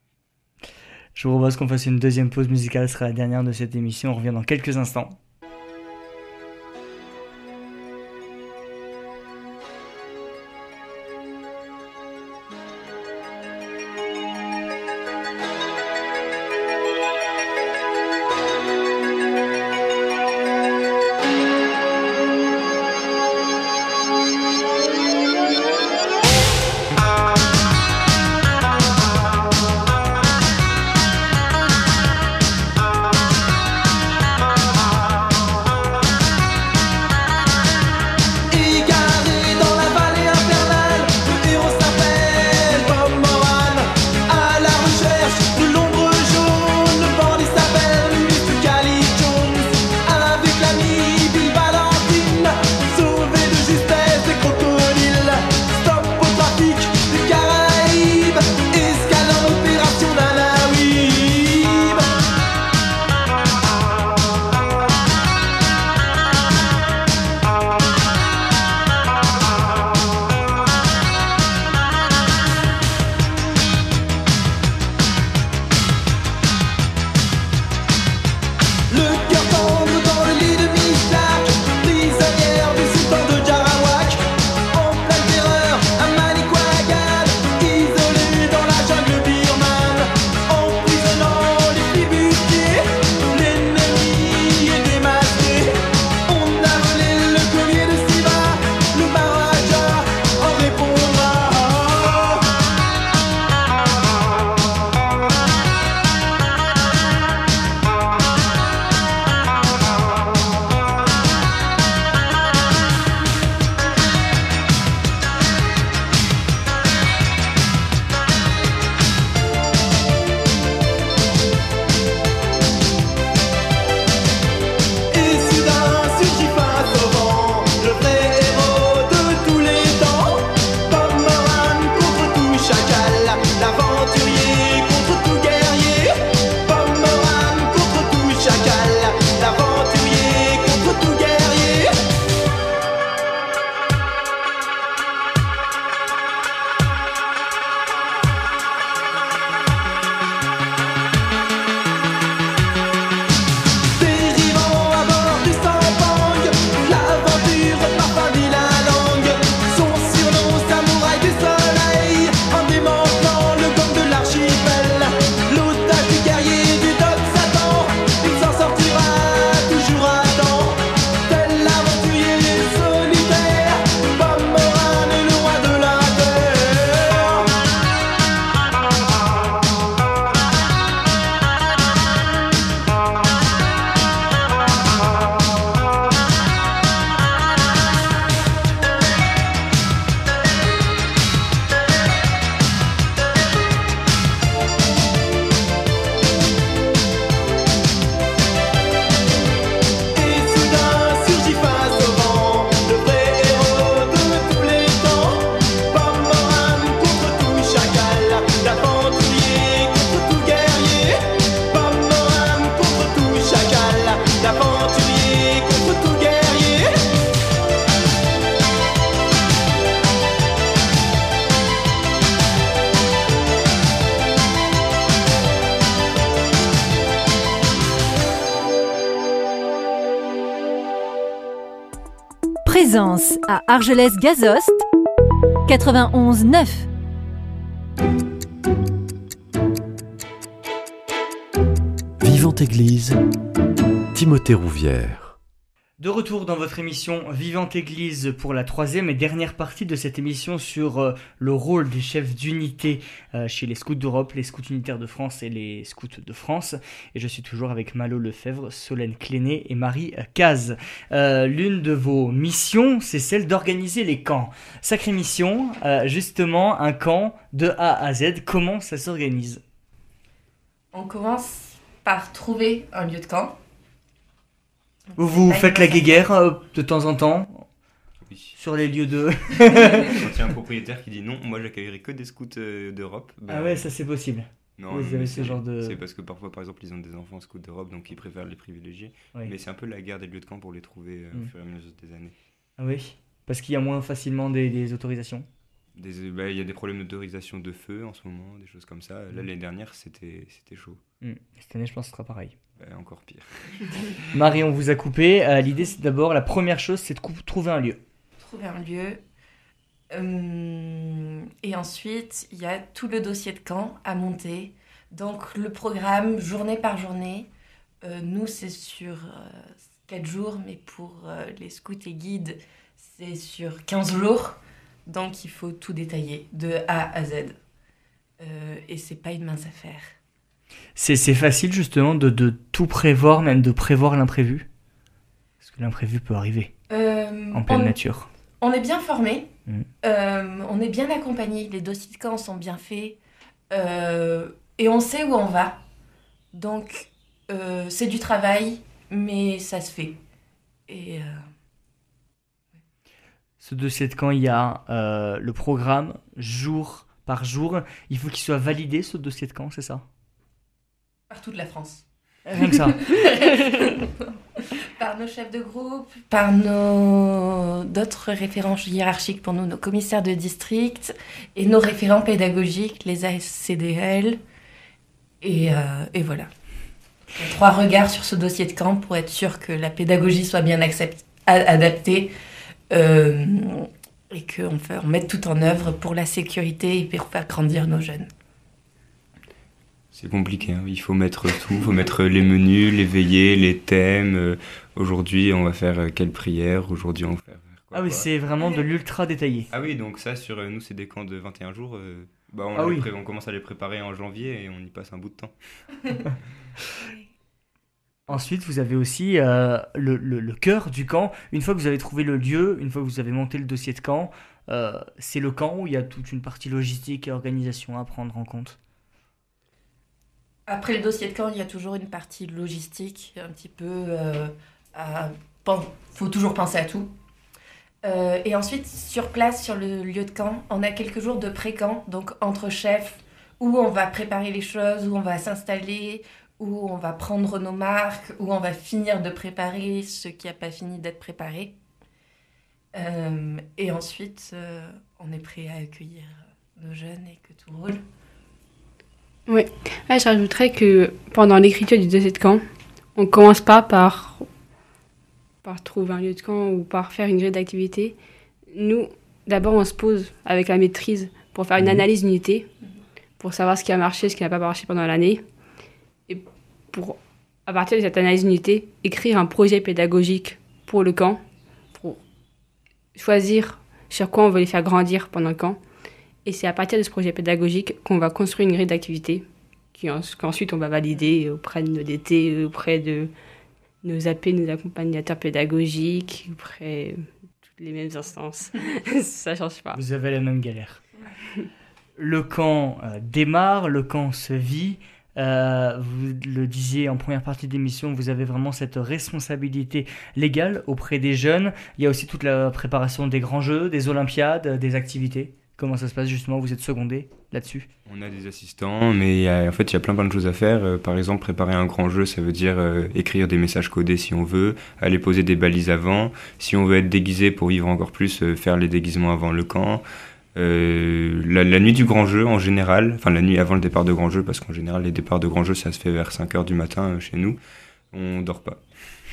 Je vous propose qu'on fasse une deuxième pause musicale, ce sera la dernière de cette émission. On revient dans quelques instants. Présence à Argelès-Gazost, 91 9. Vivante Église, Timothée Rouvière. De retour dans votre émission Vivante Église pour la troisième et dernière partie de cette émission sur le rôle des chefs d'unité chez les Scouts d'Europe, les Scouts unitaires de France et les Scouts de France. Et je suis toujours avec Malo Lefebvre, Solène Cléné et Marie Caz. L'une de vos missions, c'est celle d'organiser les camps. Sacrée mission, justement, un camp de A à Z. Comment ça s'organise ? On commence par trouver un lieu de camp. Vous faites la guéguerre de temps en temps sur les lieux de... Quand il y a un propriétaire qui dit non, moi j'accueillerai que des scouts d'Europe. Ah ouais, ça c'est possible. Non, vous avez ce genre de... C'est parce que parfois, par exemple, ils ont des enfants scouts d'Europe, donc ils préfèrent les privilégier. Oui. Mais c'est un peu la guerre des lieux de camp pour les trouver au fur et à mesure des années. Ah oui, parce qu'il y a moins facilement des autorisations. Il y a des problèmes d'autorisation de feu en ce moment, des choses comme ça. Là, l'année dernière, c'était chaud. Cette année, je pense que ce sera pareil. Encore pire. Marie, on vous a coupé. L'idée, c'est d'abord, la première chose, c'est de trouver un lieu. Trouver un lieu. Et ensuite, il y a tout le dossier de camp à monter. Donc, le programme, journée par journée. Nous, c'est sur 4 jours, mais pour les scouts et guides, c'est sur 15 jours. Donc, il faut tout détailler, de A à Z. Et c'est pas une mince affaire. C'est facile, justement, de tout prévoir, même de prévoir l'imprévu. Parce que l'imprévu peut arriver en pleine nature. On est bien formés, on est bien accompagnés, les dossiers de camp sont bien faits, et on sait où on va. Donc, c'est du travail, mais ça se fait. Et... Ce dossier de camp, il y a le programme jour par jour. Il faut qu'il soit validé, ce dossier de camp, c'est ça ? Par toute la France. Rien que ça. Par nos chefs de groupe, par d'autres référents hiérarchiques pour nous, nos commissaires de district et nos référents pédagogiques, les ASCDL. Et voilà. Il y a 3 regards sur ce dossier de camp pour être sûr que la pédagogie soit bien adaptée et qu'on mette tout en œuvre pour la sécurité et pour faire grandir nos jeunes. C'est compliqué, hein. Il faut mettre tout, il faut mettre les menus, les veillées, les thèmes. Aujourd'hui, on va faire quelle prière, aujourd'hui, on va faire quoi. Ah oui, c'est vraiment de l'ultra détaillé. Ah oui, donc ça, sur nous, c'est des camps de 21 jours. On commence à les préparer en janvier et on y passe un bout de temps. Ensuite, vous avez aussi le cœur du camp. Une fois que vous avez trouvé le lieu, une fois que vous avez monté le dossier de camp, c'est le camp où il y a toute une partie logistique et organisation à prendre en compte. Après le dossier de camp, il y a toujours une partie logistique, un petit peu... faut toujours penser à tout. Et ensuite, sur place, sur le lieu de camp, on a quelques jours de pré-camp, donc entre chefs, où on va préparer les choses, où on va s'installer, où on va prendre nos marques, où on va finir de préparer ce qui n'a pas fini d'être préparé. Et ensuite, on est prêt à accueillir nos jeunes et que tout roule. Oui, je rajouterais que pendant l'écriture du dossier de camp, on ne commence pas par trouver un lieu de camp ou par faire une grille d'activité. Nous, d'abord, on se pose avec la maîtrise pour faire une analyse d'unité, pour savoir ce qui a marché, ce qui n'a pas marché pendant l'année, et pour, à partir de cette analyse d'unité, écrire un projet pédagogique pour le camp, pour choisir sur quoi on veut les faire grandir pendant le camp. Et c'est à partir de ce projet pédagogique qu'on va construire une grille d'activité qu'ensuite on va valider auprès de nos DT, auprès de nos AP, nos accompagnateurs pédagogiques, auprès de toutes les mêmes instances. Ça ne change pas. Vous avez la même galère. Le camp démarre, le camp se vit. Vous le disiez en première partie d'émission, vous avez vraiment cette responsabilité légale auprès des jeunes. Il y a aussi toute la préparation des grands jeux, des olympiades, des activités. Comment ça se passe justement ? Vous êtes secondé là-dessus ? On a des assistants, mais en fait il y a plein de choses à faire. Par exemple, préparer un grand jeu, ça veut dire écrire des messages codés si on veut, aller poser des balises avant. Si on veut être déguisé pour vivre encore plus, faire les déguisements avant le camp. La nuit du grand jeu en général, enfin la nuit avant le départ de grand jeu, parce qu'en général les départs de grand jeu ça se fait vers 5h du matin chez nous, on dort pas.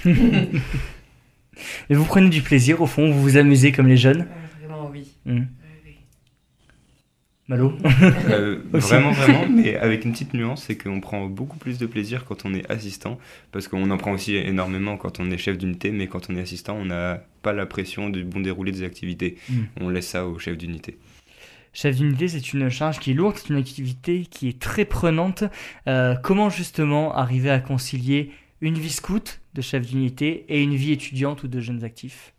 Et vous prenez du plaisir au fond, vous vous amusez comme les jeunes ? Vraiment oui. Malo. Vraiment, mais avec une petite nuance, c'est qu'on prend beaucoup plus de plaisir quand on est assistant, parce qu'on en prend aussi énormément quand on est chef d'unité, mais quand on est assistant, on n'a pas la pression du bon déroulé des activités. On laisse ça au chef d'unité. Chef d'unité, c'est une charge qui est lourde, c'est une activité qui est très prenante. Comment justement arriver à concilier une vie scout de chef d'unité et une vie étudiante ou de jeunes actifs?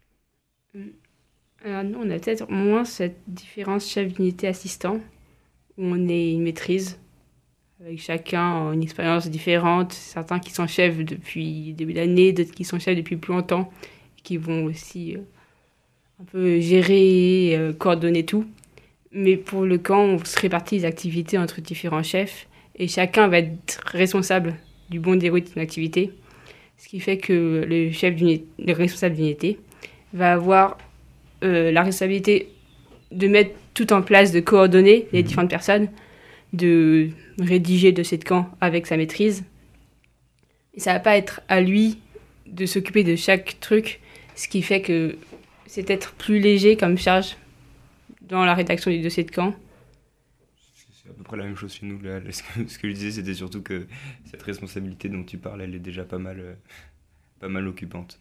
Alors nous, on a peut-être moins cette différence chef d'unité assistant, où on est une maîtrise, avec chacun une expérience différente, certains qui sont chefs depuis le début d'année, d'autres qui sont chefs depuis plus longtemps, qui vont aussi un peu gérer, coordonner tout. Mais pour le camp, on se répartit les activités entre différents chefs, et chacun va être responsable du bon déroulé de son activité, ce qui fait que le responsable d'unité va avoir la responsabilité de mettre tout en place, de coordonner les différentes personnes, de rédiger le dossier de camp avec sa maîtrise. Et ça va pas être à lui de s'occuper de chaque truc, ce qui fait que c'est être plus léger comme charge dans la rédaction du dossier de camp. C'est à peu près la même chose chez nous. Là. Ce que je disais, c'était surtout que cette responsabilité dont tu parles, elle est déjà pas mal occupante.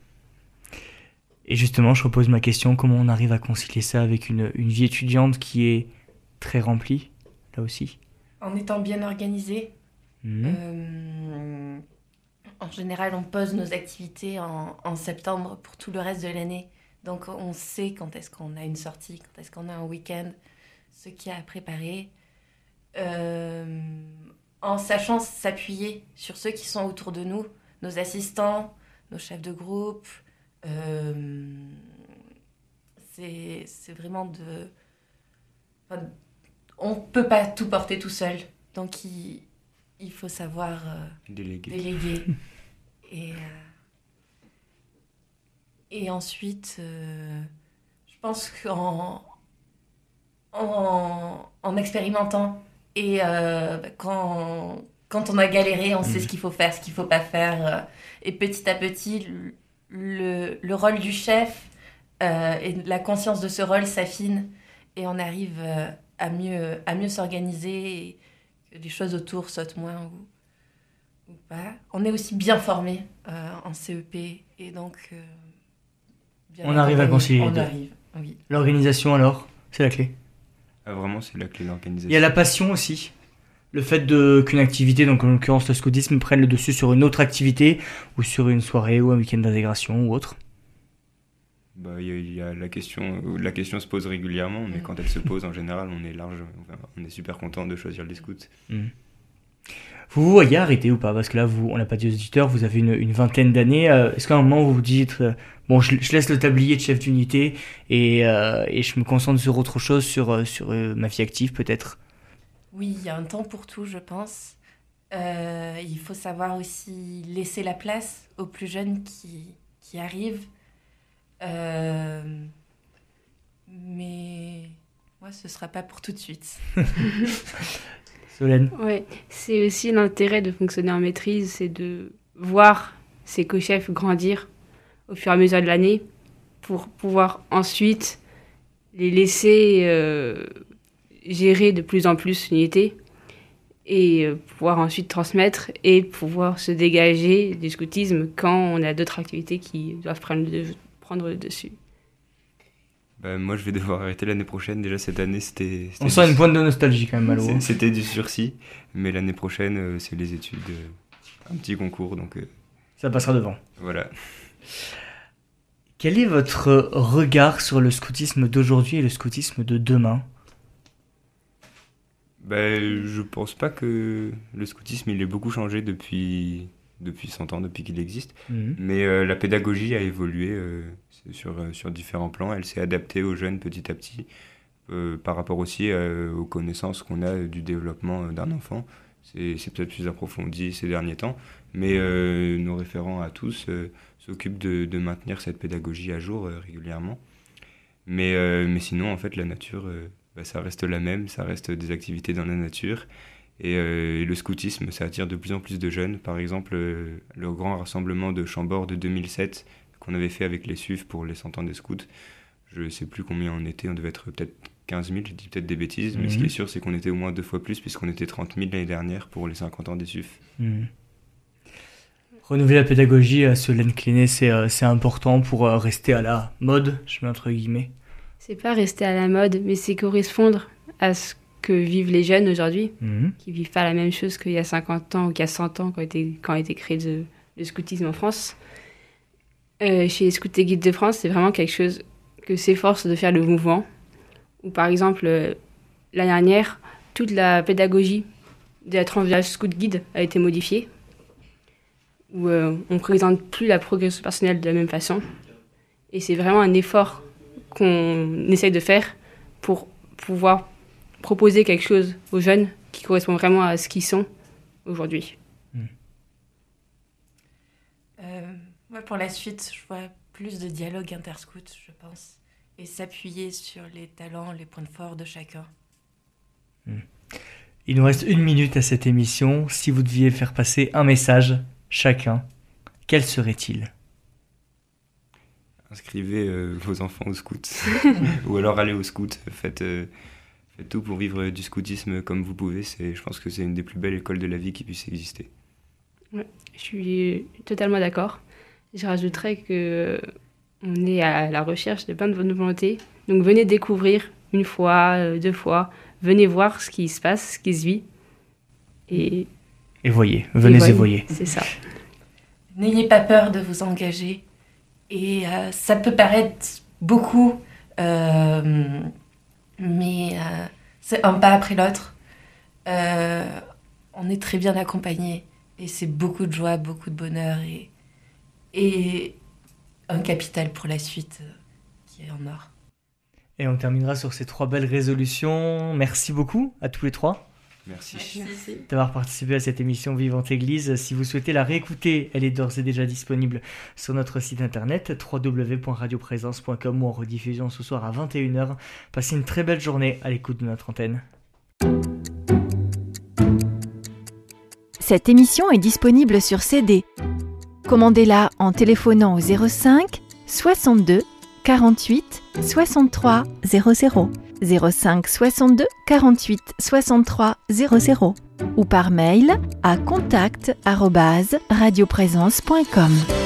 Et justement, je repose ma question, comment on arrive à concilier ça avec une vie étudiante qui est très remplie, là aussi? En étant bien organisé. En général, on pose nos activités en septembre pour tout le reste de l'année. Donc, on sait quand est-ce qu'on a une sortie, quand est-ce qu'on a un week-end, ce qu'il y a à préparer. En sachant s'appuyer sur ceux qui sont autour de nous, nos assistants, nos chefs de groupe. C'est vraiment on ne peut pas tout porter tout seul. Donc, il faut savoir déléguer. Et ensuite, je pense qu'en expérimentant et quand on a galéré, on sait ce qu'il faut faire, ce qu'il ne faut pas faire. Et petit à petit, le rôle du chef et la conscience de ce rôle s'affine et on arrive à mieux s'organiser et que les choses autour sautent moins ou pas. On est aussi bien formé en CEP et donc... on arrive à concilier les deux. Oui. L'organisation alors, c'est la clé. Vraiment, c'est la clé, l'organisation. Il y a la passion aussi. Le fait qu'une activité, donc en l'occurrence le scoutisme, prenne le dessus sur une autre activité ou sur une soirée ou un week-end d'intégration ou autre. Il y a la question se pose régulièrement, mais quand elle se pose, en général, on est super content de choisir les scouts. Vous voyez arrêter ou pas? Parce que là, on n'a pas dit aux auditeurs, vous avez une vingtaine d'années. Est-ce qu'à un moment, vous vous dites, je laisse le tablier de chef d'unité et je me concentre sur autre chose, sur ma vie active peut-être? Oui, il y a un temps pour tout, je pense. Il faut savoir aussi laisser la place aux plus jeunes qui arrivent. Mais moi, ce ne sera pas pour tout de suite. Solène? Ouais, c'est aussi l'intérêt de fonctionner en maîtrise, c'est de voir ses co-chefs grandir au fur et à mesure de l'année pour pouvoir ensuite les laisser gérer de plus en plus l'unité et pouvoir ensuite transmettre et pouvoir se dégager du scoutisme quand on a d'autres activités qui doivent prendre le dessus. Moi, je vais devoir arrêter l'année prochaine. Déjà, cette année, c'était on sent une pointe de nostalgie quand même, Malo. C'était du sursis, mais l'année prochaine, c'est les études, un petit concours, donc... Ça passera devant. Voilà. Quel est votre regard sur le scoutisme d'aujourd'hui et le scoutisme de demain? Je pense pas que le scoutisme, il ait beaucoup changé depuis 100 ans, depuis qu'il existe. Mais la pédagogie a évolué sur différents plans. Elle s'est adaptée aux jeunes petit à petit, par rapport aussi aux connaissances qu'on a du développement d'un enfant. C'est peut-être plus approfondi ces derniers temps, mais nos référents à tous s'occupent de maintenir cette pédagogie à jour régulièrement. Mais sinon, en fait, la nature, ça reste la même, ça reste des activités dans la nature. Et le scoutisme, ça attire de plus en plus de jeunes. Par exemple, le grand rassemblement de Chambord de 2007 qu'on avait fait avec les SUF pour les 100 ans des scouts. Je ne sais plus combien on était, on devait être peut-être 15 000, j'ai dit peut-être des bêtises, mais ce qui est sûr, c'est qu'on était au moins 2 fois plus, puisqu'on était 30 000 l'année dernière pour les 50 ans des SUF. Renouveler la pédagogie, Solène Clénet, c'est important pour rester à la mode, je mets entre guillemets. C'est pas rester à la mode, mais c'est correspondre à ce que vivent les jeunes aujourd'hui, qui vivent pas la même chose qu'il y a 50 ans ou qu'il y a 100 ans quand a été créé le scoutisme en France. Chez les Scouts et Guides de France, c'est vraiment quelque chose que s'efforce de faire le mouvement. Ou par exemple, l'année dernière, toute la pédagogie de la tranche d'âge Scout Guide a été modifiée, où on ne présente plus la progression personnelle de la même façon. Et c'est vraiment un effort qu'on essaye de faire pour pouvoir proposer quelque chose aux jeunes qui correspond vraiment à ce qu'ils sont aujourd'hui. Pour la suite, je vois plus de dialogue interscout, je pense, et s'appuyer sur les talents, les points forts de chacun. Il nous reste 1 minute à cette émission. Si vous deviez faire passer un message, chacun, quel serait-il ? Inscrivez vos enfants au scout, ou alors allez au scout. Faites tout pour vivre du scoutisme comme vous pouvez. Je pense que c'est une des plus belles écoles de la vie qui puisse exister. Ouais, je suis totalement d'accord. Je rajouterais qu'on est à la recherche de plein de bonne volonté. Donc venez découvrir 1 fois, 2 fois. Venez voir ce qui se passe, ce qui se vit. Et voyez, venez et voyez. C'est ça. N'ayez pas peur de vous engager. Et ça peut paraître beaucoup, mais c'est un pas après l'autre. On est très bien accompagnés. Et c'est beaucoup de joie, beaucoup de bonheur et un capital pour la suite qui est en or. Et on terminera sur ces 3 belles résolutions. Merci beaucoup à tous les 3. Merci. D'avoir participé à cette émission Vivante Église. Si vous souhaitez la réécouter, elle est d'ores et déjà disponible sur notre site internet www.radioprésence.com ou en rediffusion ce soir à 21h. Passez une très belle journée à l'écoute de notre antenne. Cette émission est disponible sur CD. Commandez-la en téléphonant au 05 62 48 63 00, 05 62 48 63 00 ou par mail à contact@radioprésence.com.